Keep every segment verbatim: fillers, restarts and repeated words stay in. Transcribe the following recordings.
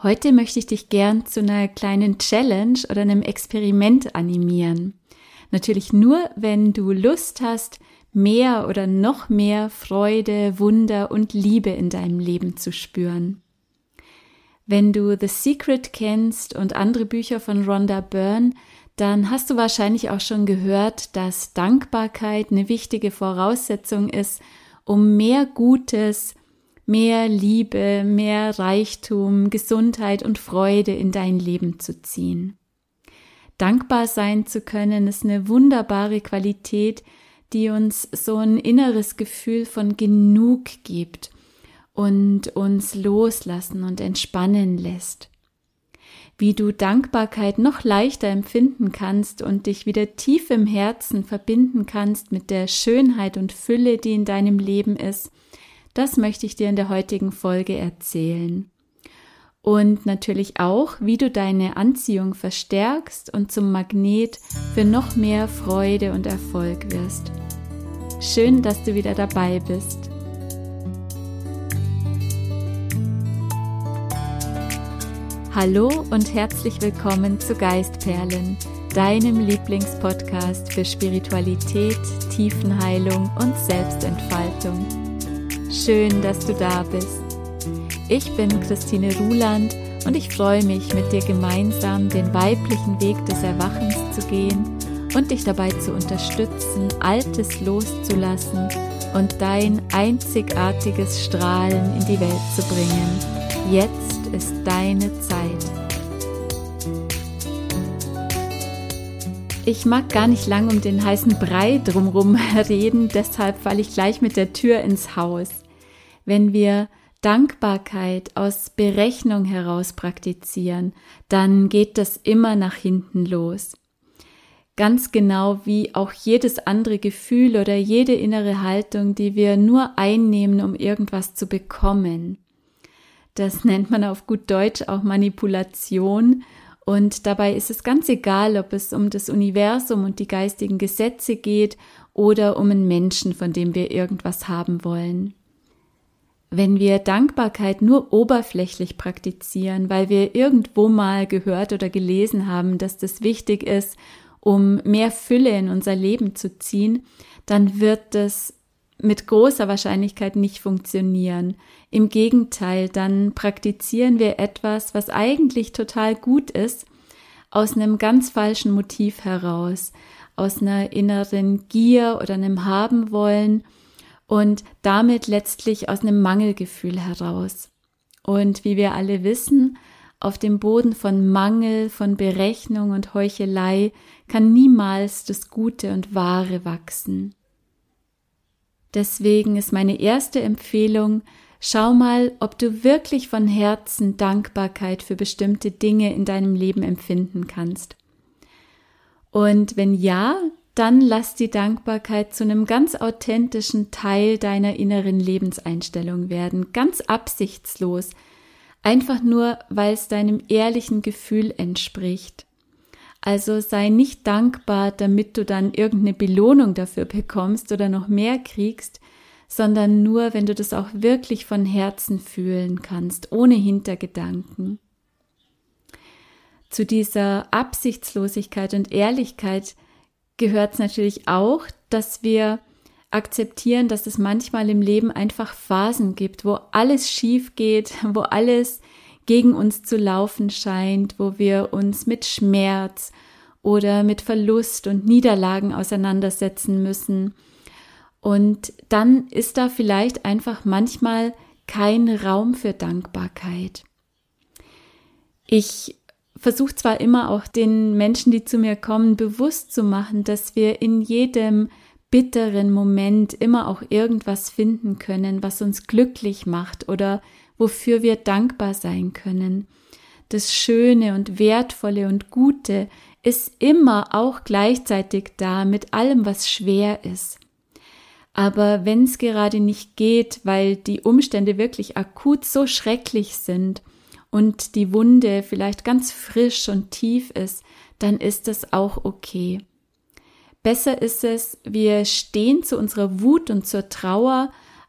Heute möchte ich dich gern zu einer kleinen Challenge oder einem Experiment animieren. Natürlich nur, wenn du Lust hast, mehr oder noch mehr Freude, Wunder und Liebe in deinem Leben zu spüren. Wenn du The Secret kennst und andere Bücher von Rhonda Byrne, dann hast du wahrscheinlich auch schon gehört, dass Dankbarkeit eine wichtige Voraussetzung ist, um mehr Gutes, mehr Liebe, mehr Reichtum, Gesundheit und Freude in dein Leben zu ziehen. Dankbar sein zu können, ist eine wunderbare Qualität, die uns so ein inneres Gefühl von Genug gibt und uns loslassen und entspannen lässt. Wie du Dankbarkeit noch leichter empfinden kannst und dich wieder tief im Herzen verbinden kannst mit der Schönheit und Fülle, die in deinem Leben ist, das möchte ich dir in der heutigen Folge erzählen. Und natürlich auch, wie du deine Anziehung verstärkst und zum Magnet für noch mehr Freude und Erfolg wirst. Schön, dass du wieder dabei bist. Hallo und herzlich willkommen zu Geistperlen, deinem Lieblingspodcast für Spiritualität, Tiefenheilung und Selbstentfaltung. Schön, dass du da bist. Ich bin Christine Ruland und ich freue mich, mit dir gemeinsam den weiblichen Weg des Erwachens zu gehen und dich dabei zu unterstützen, Altes loszulassen und dein einzigartiges Strahlen in die Welt zu bringen. Jetzt ist deine Zeit. Ich mag gar nicht lang um den heißen Brei drumherum reden, deshalb falle ich gleich mit der Tür ins Haus. Wenn wir Dankbarkeit aus Berechnung heraus praktizieren, dann geht das immer nach hinten los. Ganz genau wie auch jedes andere Gefühl oder jede innere Haltung, die wir nur einnehmen, um irgendwas zu bekommen. Das nennt man auf gut Deutsch auch Manipulation. Und dabei ist es ganz egal, ob es um das Universum und die geistigen Gesetze geht oder um einen Menschen, von dem wir irgendwas haben wollen. Wenn wir Dankbarkeit nur oberflächlich praktizieren, weil wir irgendwo mal gehört oder gelesen haben, dass das wichtig ist, um mehr Fülle in unser Leben zu ziehen, dann wird das mit großer Wahrscheinlichkeit nicht funktionieren. Im Gegenteil, dann praktizieren wir etwas, was eigentlich total gut ist, aus einem ganz falschen Motiv heraus, aus einer inneren Gier oder einem Haben wollen und damit letztlich aus einem Mangelgefühl heraus. Und wie wir alle wissen, auf dem Boden von Mangel, von Berechnung und Heuchelei kann niemals das Gute und Wahre wachsen. Deswegen ist meine erste Empfehlung, schau mal, ob du wirklich von Herzen Dankbarkeit für bestimmte Dinge in deinem Leben empfinden kannst. Und wenn ja, dann lass die Dankbarkeit zu einem ganz authentischen Teil deiner inneren Lebenseinstellung werden, ganz absichtslos, einfach nur, weil es deinem ehrlichen Gefühl entspricht. Also sei nicht dankbar, damit du dann irgendeine Belohnung dafür bekommst oder noch mehr kriegst, sondern nur, wenn du das auch wirklich von Herzen fühlen kannst, ohne Hintergedanken. Zu dieser Absichtslosigkeit und Ehrlichkeit gehört es natürlich auch, dass wir akzeptieren, dass es manchmal im Leben einfach Phasen gibt, wo alles schief geht, wo alles gegen uns zu laufen scheint, wo wir uns mit Schmerz oder mit Verlust und Niederlagen auseinandersetzen müssen. Und dann ist da vielleicht einfach manchmal kein Raum für Dankbarkeit. Ich versuche zwar immer auch den Menschen, die zu mir kommen, bewusst zu machen, dass wir in jedem bitteren Moment immer auch irgendwas finden können, was uns glücklich macht oder wofür wir dankbar sein können. Das Schöne und Wertvolle und Gute ist immer auch gleichzeitig da mit allem, was schwer ist. Aber wenn es gerade nicht geht, weil die Umstände wirklich akut so schrecklich sind und die Wunde vielleicht ganz frisch und tief ist, dann ist das auch okay. Besser ist es, wir stehen zu unserer Wut und zur Trauer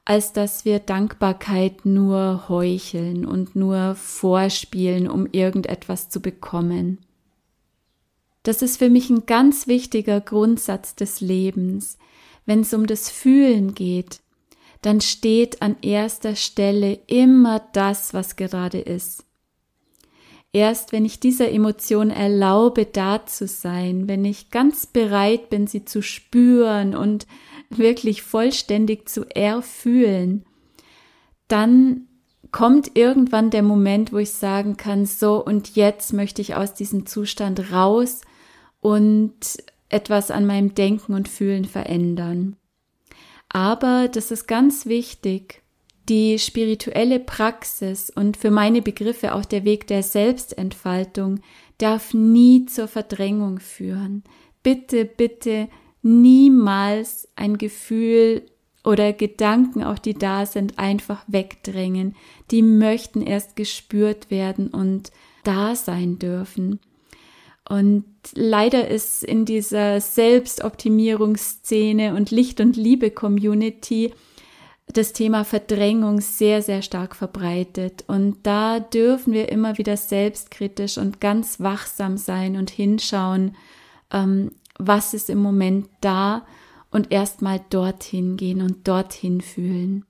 als dass wir Dankbarkeit nur heucheln und nur vorspielen, um irgendetwas zu bekommen. Das ist für mich ein ganz wichtiger Grundsatz des Lebens. Wenn es um das Fühlen geht, dann steht an erster Stelle immer das, was gerade ist. Erst wenn ich dieser Emotion erlaube, da zu sein, wenn ich ganz bereit bin, sie zu spüren und wirklich vollständig zu erfühlen, dann kommt irgendwann der Moment, wo ich sagen kann, so und jetzt möchte ich aus diesem Zustand raus und etwas an meinem Denken und Fühlen verändern. Aber das ist ganz wichtig, die spirituelle Praxis und für meine Begriffe auch der Weg der Selbstentfaltung darf nie zur Verdrängung führen. Bitte, bitte niemals ein Gefühl oder Gedanken, auch die da sind, einfach wegdrängen. Die möchten erst gespürt werden und da sein dürfen. Und leider ist in dieser Selbstoptimierungsszene und Licht- und Liebe-Community das Thema Verdrängung sehr, sehr stark verbreitet. Und da dürfen wir immer wieder selbstkritisch und ganz wachsam sein und hinschauen, ähm, was ist im Moment da und erstmal dorthin gehen und dorthin fühlen.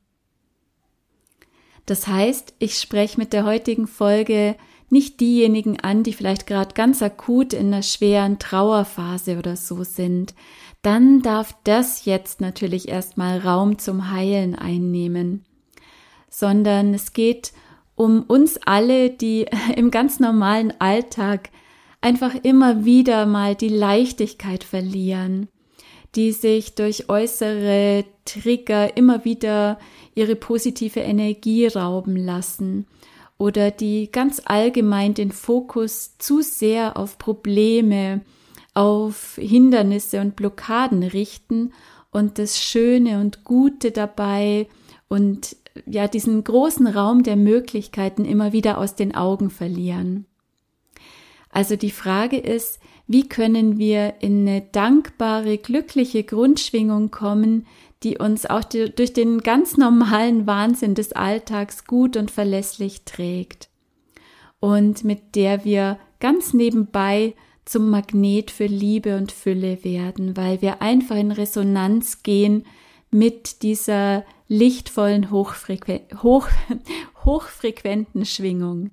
Das heißt, ich spreche mit der heutigen Folge nicht diejenigen an, die vielleicht gerade ganz akut in einer schweren Trauerphase oder so sind. Dann darf das jetzt natürlich erstmal Raum zum Heilen einnehmen. Sondern es geht um uns alle, die im ganz normalen Alltag einfach immer wieder mal die Leichtigkeit verlieren, die sich durch äußere Trigger immer wieder ihre positive Energie rauben lassen oder die ganz allgemein den Fokus zu sehr auf Probleme, auf Hindernisse und Blockaden richten und das Schöne und Gute dabei und ja diesen großen Raum der Möglichkeiten immer wieder aus den Augen verlieren. Also die Frage ist, wie können wir in eine dankbare, glückliche Grundschwingung kommen, die uns auch die, durch den ganz normalen Wahnsinn des Alltags gut und verlässlich trägt und mit der wir ganz nebenbei zum Magnet für Liebe und Fülle werden, weil wir einfach in Resonanz gehen mit dieser lichtvollen, hochfrequ- hoch, hochfrequenten Schwingung.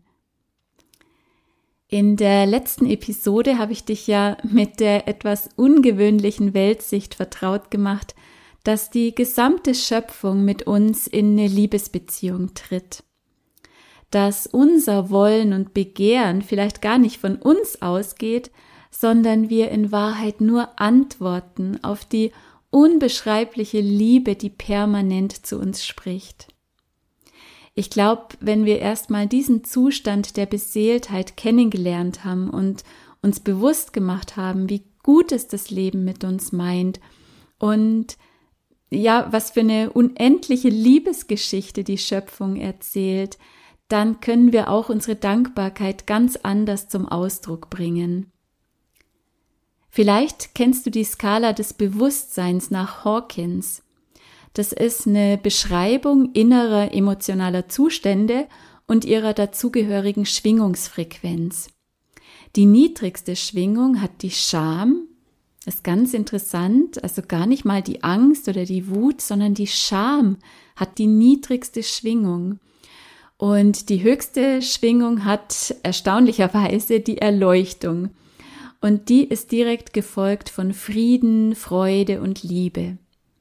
In der letzten Episode habe ich dich ja mit der etwas ungewöhnlichen Weltsicht vertraut gemacht, dass die gesamte Schöpfung mit uns in eine Liebesbeziehung tritt. Dass unser Wollen und Begehren vielleicht gar nicht von uns ausgeht, sondern wir in Wahrheit nur antworten auf die unbeschreibliche Liebe, die permanent zu uns spricht. Ich glaube, wenn wir erstmal diesen Zustand der Beseeltheit kennengelernt haben und uns bewusst gemacht haben, wie gut es das Leben mit uns meint und ja, was für eine unendliche Liebesgeschichte die Schöpfung erzählt, dann können wir auch unsere Dankbarkeit ganz anders zum Ausdruck bringen. Vielleicht kennst du die Skala des Bewusstseins nach Hawkins. Das ist eine Beschreibung innerer emotionaler Zustände und ihrer dazugehörigen Schwingungsfrequenz. Die niedrigste Schwingung hat die Scham, das ist ganz interessant, also gar nicht mal die Angst oder die Wut, sondern die Scham hat die niedrigste Schwingung. Und die höchste Schwingung hat erstaunlicherweise die Erleuchtung. Und die ist direkt gefolgt von Frieden, Freude und Liebe.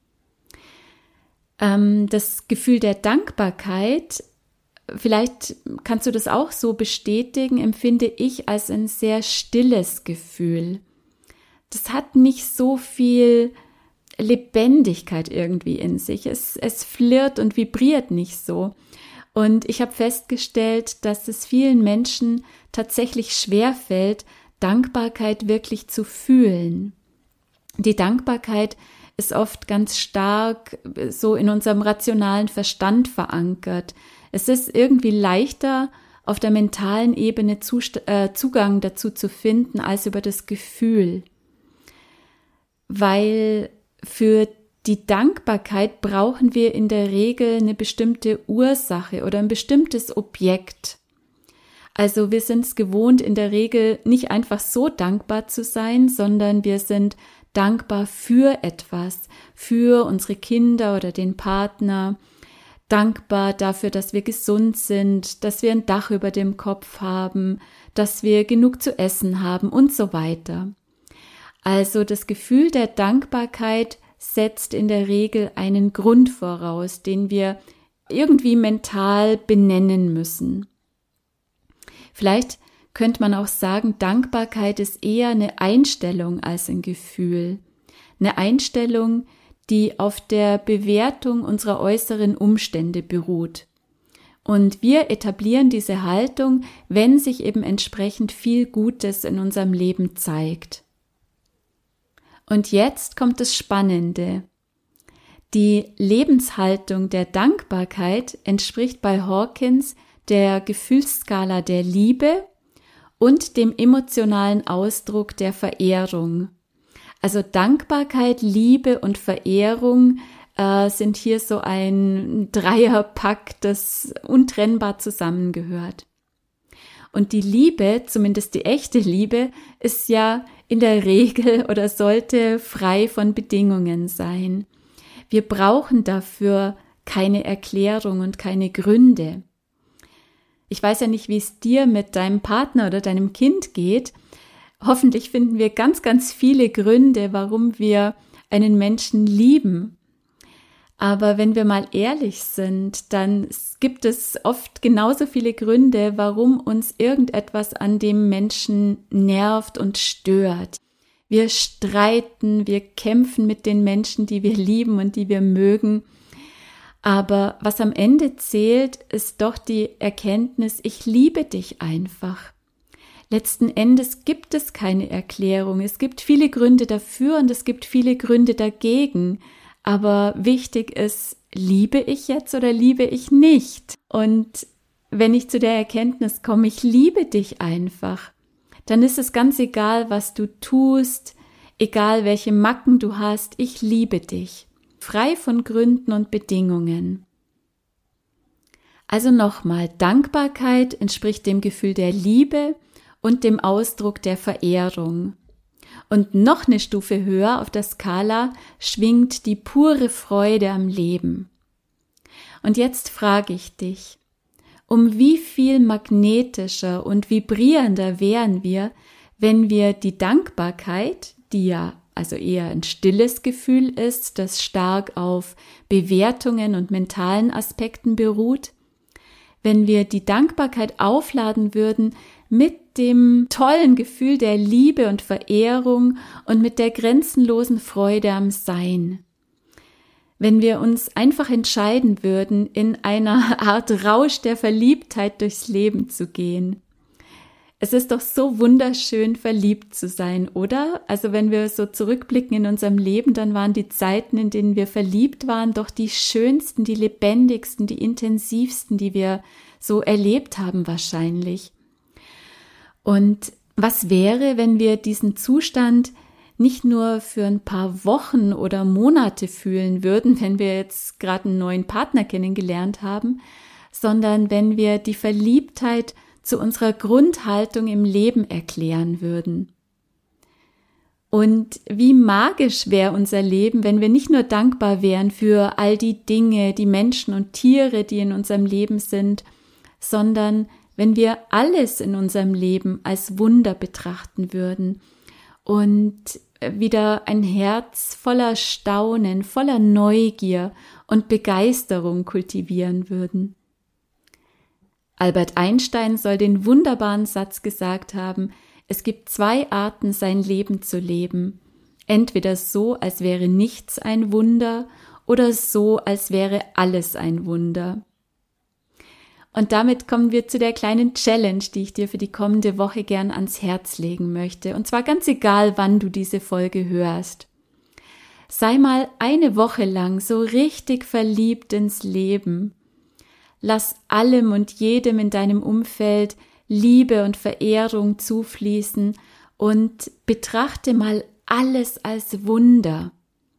Das Gefühl der Dankbarkeit, vielleicht kannst du das auch so bestätigen, empfinde ich als ein sehr stilles Gefühl. Das hat nicht so viel Lebendigkeit irgendwie in sich. Es, es flirrt und vibriert nicht so. Und ich habe festgestellt, dass es vielen Menschen tatsächlich schwerfällt, Dankbarkeit wirklich zu fühlen. Die Dankbarkeit ist oft ganz stark so in unserem rationalen Verstand verankert. Es ist irgendwie leichter, auf der mentalen Ebene Zust- äh, Zugang dazu zu finden, als über das Gefühl. Weil für die Dankbarkeit brauchen wir in der Regel eine bestimmte Ursache oder ein bestimmtes Objekt. Also wir sind es gewohnt, in der Regel nicht einfach so dankbar zu sein, sondern wir sind dankbar für etwas, für unsere Kinder oder den Partner, dankbar dafür, dass wir gesund sind, dass wir ein Dach über dem Kopf haben, dass wir genug zu essen haben und so weiter. Also das Gefühl der Dankbarkeit setzt in der Regel einen Grund voraus, den wir irgendwie mental benennen müssen. Vielleicht könnte man auch sagen, Dankbarkeit ist eher eine Einstellung als ein Gefühl. Eine Einstellung, die auf der Bewertung unserer äußeren Umstände beruht. Und wir etablieren diese Haltung, wenn sich eben entsprechend viel Gutes in unserem Leben zeigt. Und jetzt kommt das Spannende. Die Lebenshaltung der Dankbarkeit entspricht bei Hawkins der Gefühlsskala der Liebe und dem emotionalen Ausdruck der Verehrung. Also Dankbarkeit, Liebe und Verehrung äh, sind hier so ein Dreierpack, das untrennbar zusammengehört. Und die Liebe, zumindest die echte Liebe, ist ja in der Regel oder sollte frei von Bedingungen sein. Wir brauchen dafür keine Erklärung und keine Gründe. Ich weiß ja nicht, wie es dir mit deinem Partner oder deinem Kind geht. Hoffentlich finden wir ganz, ganz viele Gründe, warum wir einen Menschen lieben. Aber wenn wir mal ehrlich sind, dann gibt es oft genauso viele Gründe, warum uns irgendetwas an dem Menschen nervt und stört. Wir streiten, wir kämpfen mit den Menschen, die wir lieben und die wir mögen. Aber was am Ende zählt, ist doch die Erkenntnis, ich liebe dich einfach. Letzten Endes gibt es keine Erklärung. Es gibt viele Gründe dafür und es gibt viele Gründe dagegen. Aber wichtig ist, liebe ich jetzt oder liebe ich nicht? Und wenn ich zu der Erkenntnis komme, ich liebe dich einfach, dann ist es ganz egal, was du tust, egal welche Macken du hast, ich liebe dich, frei von Gründen und Bedingungen. Also nochmal, Dankbarkeit entspricht dem Gefühl der Liebe und dem Ausdruck der Verehrung. Und noch eine Stufe höher auf der Skala schwingt die pure Freude am Leben. Und jetzt frage ich dich, um wie viel magnetischer und vibrierender wären wir, wenn wir die Dankbarkeit, die ja also eher ein stilles Gefühl ist, das stark auf Bewertungen und mentalen Aspekten beruht, wenn wir die Dankbarkeit aufladen würden mit dem tollen Gefühl der Liebe und Verehrung und mit der grenzenlosen Freude am Sein. Wenn wir uns einfach entscheiden würden, in einer Art Rausch der Verliebtheit durchs Leben zu gehen. Es ist doch so wunderschön, verliebt zu sein, oder? Also wenn wir so zurückblicken in unserem Leben, dann waren die Zeiten, in denen wir verliebt waren, doch die schönsten, die lebendigsten, die intensivsten, die wir so erlebt haben wahrscheinlich. Und was wäre, wenn wir diesen Zustand nicht nur für ein paar Wochen oder Monate fühlen würden, wenn wir jetzt gerade einen neuen Partner kennengelernt haben, sondern wenn wir die Verliebtheit zu unserer Grundhaltung im Leben erklären würden. Und wie magisch wäre unser Leben, wenn wir nicht nur dankbar wären für all die Dinge, die Menschen und Tiere, die in unserem Leben sind, sondern wenn wir alles in unserem Leben als Wunder betrachten würden und wieder ein Herz voller Staunen, voller Neugier und Begeisterung kultivieren würden. Albert Einstein soll den wunderbaren Satz gesagt haben, es gibt zwei Arten, sein Leben zu leben. Entweder so, als wäre nichts ein Wunder, oder so, als wäre alles ein Wunder. Und damit kommen wir zu der kleinen Challenge, die ich dir für die kommende Woche gern ans Herz legen möchte. Und zwar ganz egal, wann du diese Folge hörst. Sei mal eine Woche lang so richtig verliebt ins Leben. Lass allem und jedem in deinem Umfeld Liebe und Verehrung zufließen und betrachte mal alles als Wunder.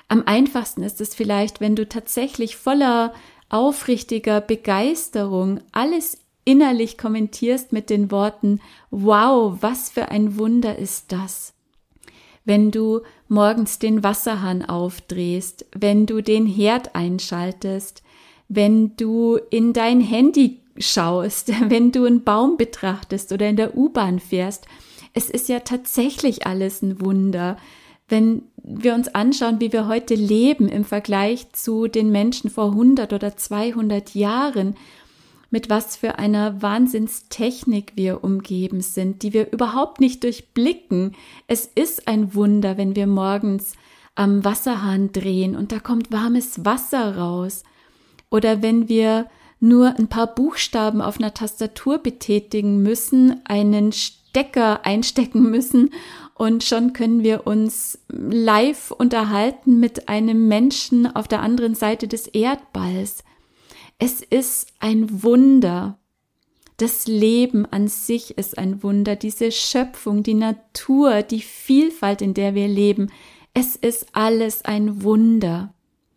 Am einfachsten ist es vielleicht, wenn du tatsächlich voller aufrichtiger Begeisterung alles innerlich kommentierst mit den Worten: Wow, was für ein Wunder ist das? Wenn du morgens den Wasserhahn aufdrehst, wenn du den Herd einschaltest, wenn du in dein Handy schaust, wenn du einen Baum betrachtest oder in der U-Bahn fährst. Es ist ja tatsächlich alles ein Wunder. Wenn wir uns anschauen, wie wir heute leben im Vergleich zu den Menschen vor hundert oder zweihundert Jahren, mit was für einer Wahnsinnstechnik wir umgeben sind, die wir überhaupt nicht durchblicken. Es ist ein Wunder, wenn wir morgens am Wasserhahn drehen und da kommt warmes Wasser raus. Oder wenn wir nur ein paar Buchstaben auf einer Tastatur betätigen müssen, einen Stecker einstecken müssen und schon können wir uns live unterhalten mit einem Menschen auf der anderen Seite des Erdballs. Es ist ein Wunder. Das Leben an sich ist ein Wunder. Diese Schöpfung, die Natur, die Vielfalt, in der wir leben, es ist alles ein Wunder.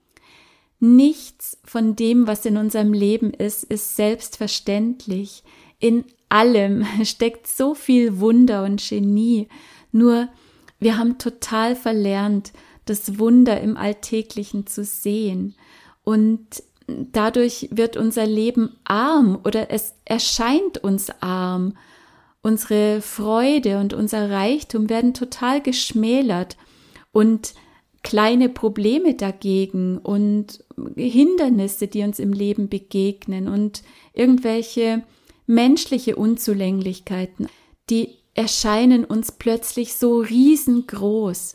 Nichts von dem, was in unserem Leben ist, ist selbstverständlich. In allem steckt so viel Wunder und Genie. Nur wir haben total verlernt, das Wunder im Alltäglichen zu sehen. Und dadurch wird unser Leben arm oder es erscheint uns arm. Unsere Freude und unser Reichtum werden total geschmälert und kleine Probleme dagegen und Hindernisse, die uns im Leben begegnen und irgendwelche menschliche Unzulänglichkeiten, die erscheinen uns plötzlich so riesengroß.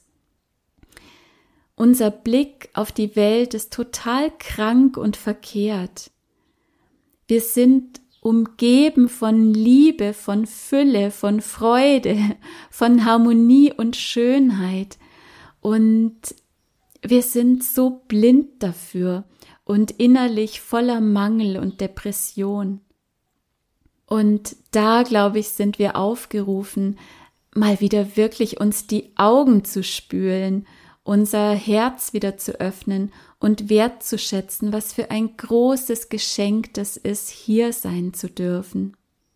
Unser Blick auf die Welt ist total krank und verkehrt. Wir sind umgeben von Liebe, von Fülle, von Freude, von Harmonie und Schönheit. Und wir sind so blind dafür und innerlich voller Mangel und Depression. Und da, glaube ich, sind wir aufgerufen, mal wieder wirklich uns die Augen zu spülen, unser Herz wieder zu öffnen und wertzuschätzen, was für ein großes Geschenk das ist, hier sein zu dürfen.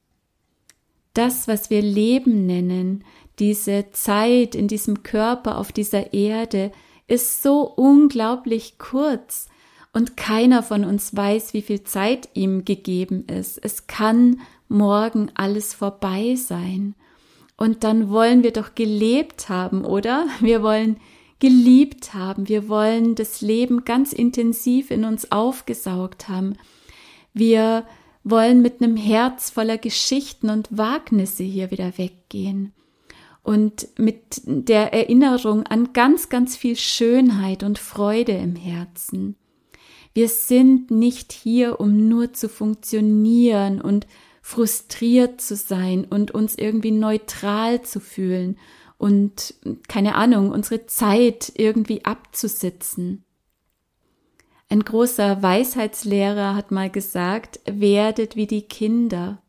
Das, was wir Leben nennen, diese Zeit in diesem Körper auf dieser Erde, ist so unglaublich kurz und keiner von uns weiß, wie viel Zeit ihm gegeben ist. Es kann morgen alles vorbei sein. Und dann wollen wir doch gelebt haben, oder? Wir wollen geliebt haben. Wir wollen das Leben ganz intensiv in uns aufgesaugt haben. Wir wollen mit einem Herz voller Geschichten und Wagnisse hier wieder weggehen. Und mit der Erinnerung an ganz, ganz viel Schönheit und Freude im Herzen. Wir sind nicht hier, um nur zu funktionieren und frustriert zu sein und uns irgendwie neutral zu fühlen und, keine Ahnung, unsere Zeit irgendwie abzusitzen. Ein großer Weisheitslehrer hat mal gesagt, werdet wie die Kinder.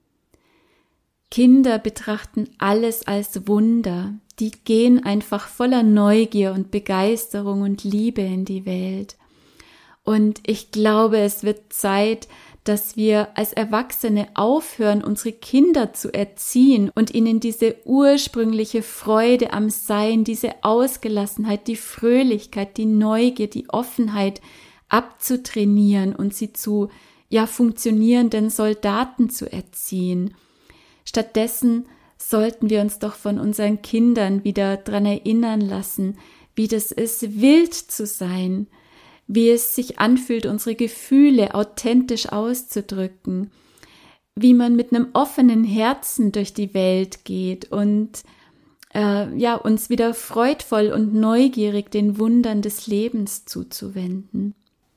Kinder betrachten alles als Wunder, die gehen einfach voller Neugier und Begeisterung und Liebe in die Welt. Und ich glaube, es wird Zeit, dass wir als Erwachsene aufhören, unsere Kinder zu erziehen und ihnen diese ursprüngliche Freude am Sein, diese Ausgelassenheit, die Fröhlichkeit, die Neugier, die Offenheit abzutrainieren und sie zu, ja, funktionierenden Soldaten zu erziehen. Stattdessen sollten wir uns doch von unseren Kindern wieder dran erinnern lassen, wie das ist, wild zu sein, wie es sich anfühlt, unsere Gefühle authentisch auszudrücken, wie man mit einem offenen Herzen durch die Welt geht und äh, ja, uns wieder freudvoll und neugierig den Wundern des Lebens zuzuwenden.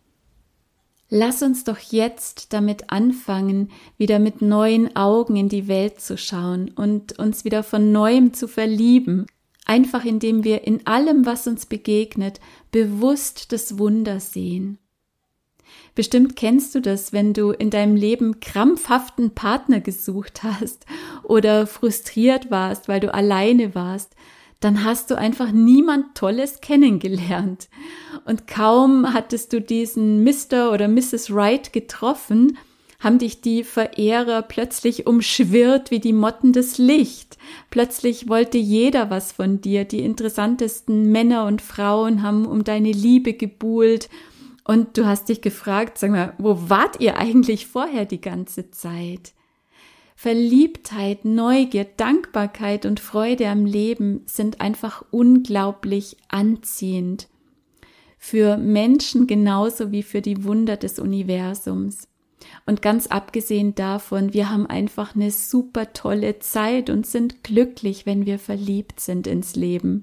Lass uns doch jetzt damit anfangen, wieder mit neuen Augen in die Welt zu schauen und uns wieder von Neuem zu verlieben, einfach indem wir in allem, was uns begegnet, bewusst das Wunder sehen. Bestimmt kennst du das, wenn du in deinem Leben krampfhaften Partner gesucht hast oder frustriert warst, weil du alleine warst, dann hast du einfach niemand Tolles kennengelernt. Und kaum hattest du diesen Mister oder Misses Right getroffen, haben dich die Verehrer plötzlich umschwirrt wie die Motten das Licht. Plötzlich wollte jeder was von dir. Die interessantesten Männer und Frauen haben um deine Liebe gebuhlt. Und du hast dich gefragt, sag mal, wo wart ihr eigentlich vorher die ganze Zeit? Verliebtheit, Neugier, Dankbarkeit und Freude am Leben sind einfach unglaublich anziehend. Für Menschen genauso wie für die Wunder des Universums. Und ganz abgesehen davon, wir haben einfach eine super tolle Zeit und sind glücklich, wenn wir verliebt sind ins Leben.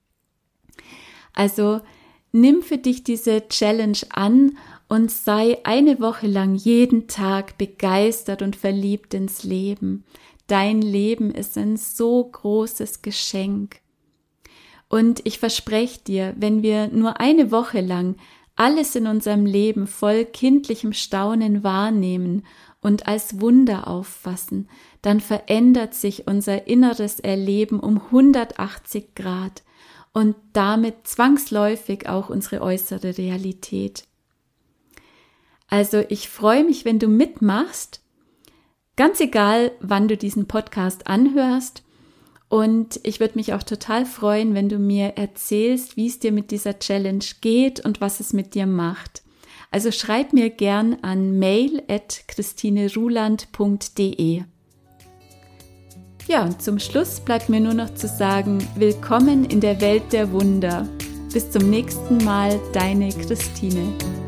Also nimm für dich diese Challenge an und sei eine Woche lang jeden Tag begeistert und verliebt ins Leben. Dein Leben ist ein so großes Geschenk. Und ich verspreche dir, wenn wir nur eine Woche lang alles in unserem Leben voll kindlichem Staunen wahrnehmen und als Wunder auffassen, dann verändert sich unser inneres Erleben um hundertachtzig Grad und damit zwangsläufig auch unsere äußere Realität. Also ich freue mich, wenn du mitmachst, ganz egal, wann du diesen Podcast anhörst. Und ich würde mich auch total freuen, wenn du mir erzählst, wie es dir mit dieser Challenge geht und was es mit dir macht. Also schreib mir gern an mail at christineruland punkt de. Ja, und zum Schluss bleibt mir nur noch zu sagen, willkommen in der Welt der Wunder. Bis zum nächsten Mal, deine Christine.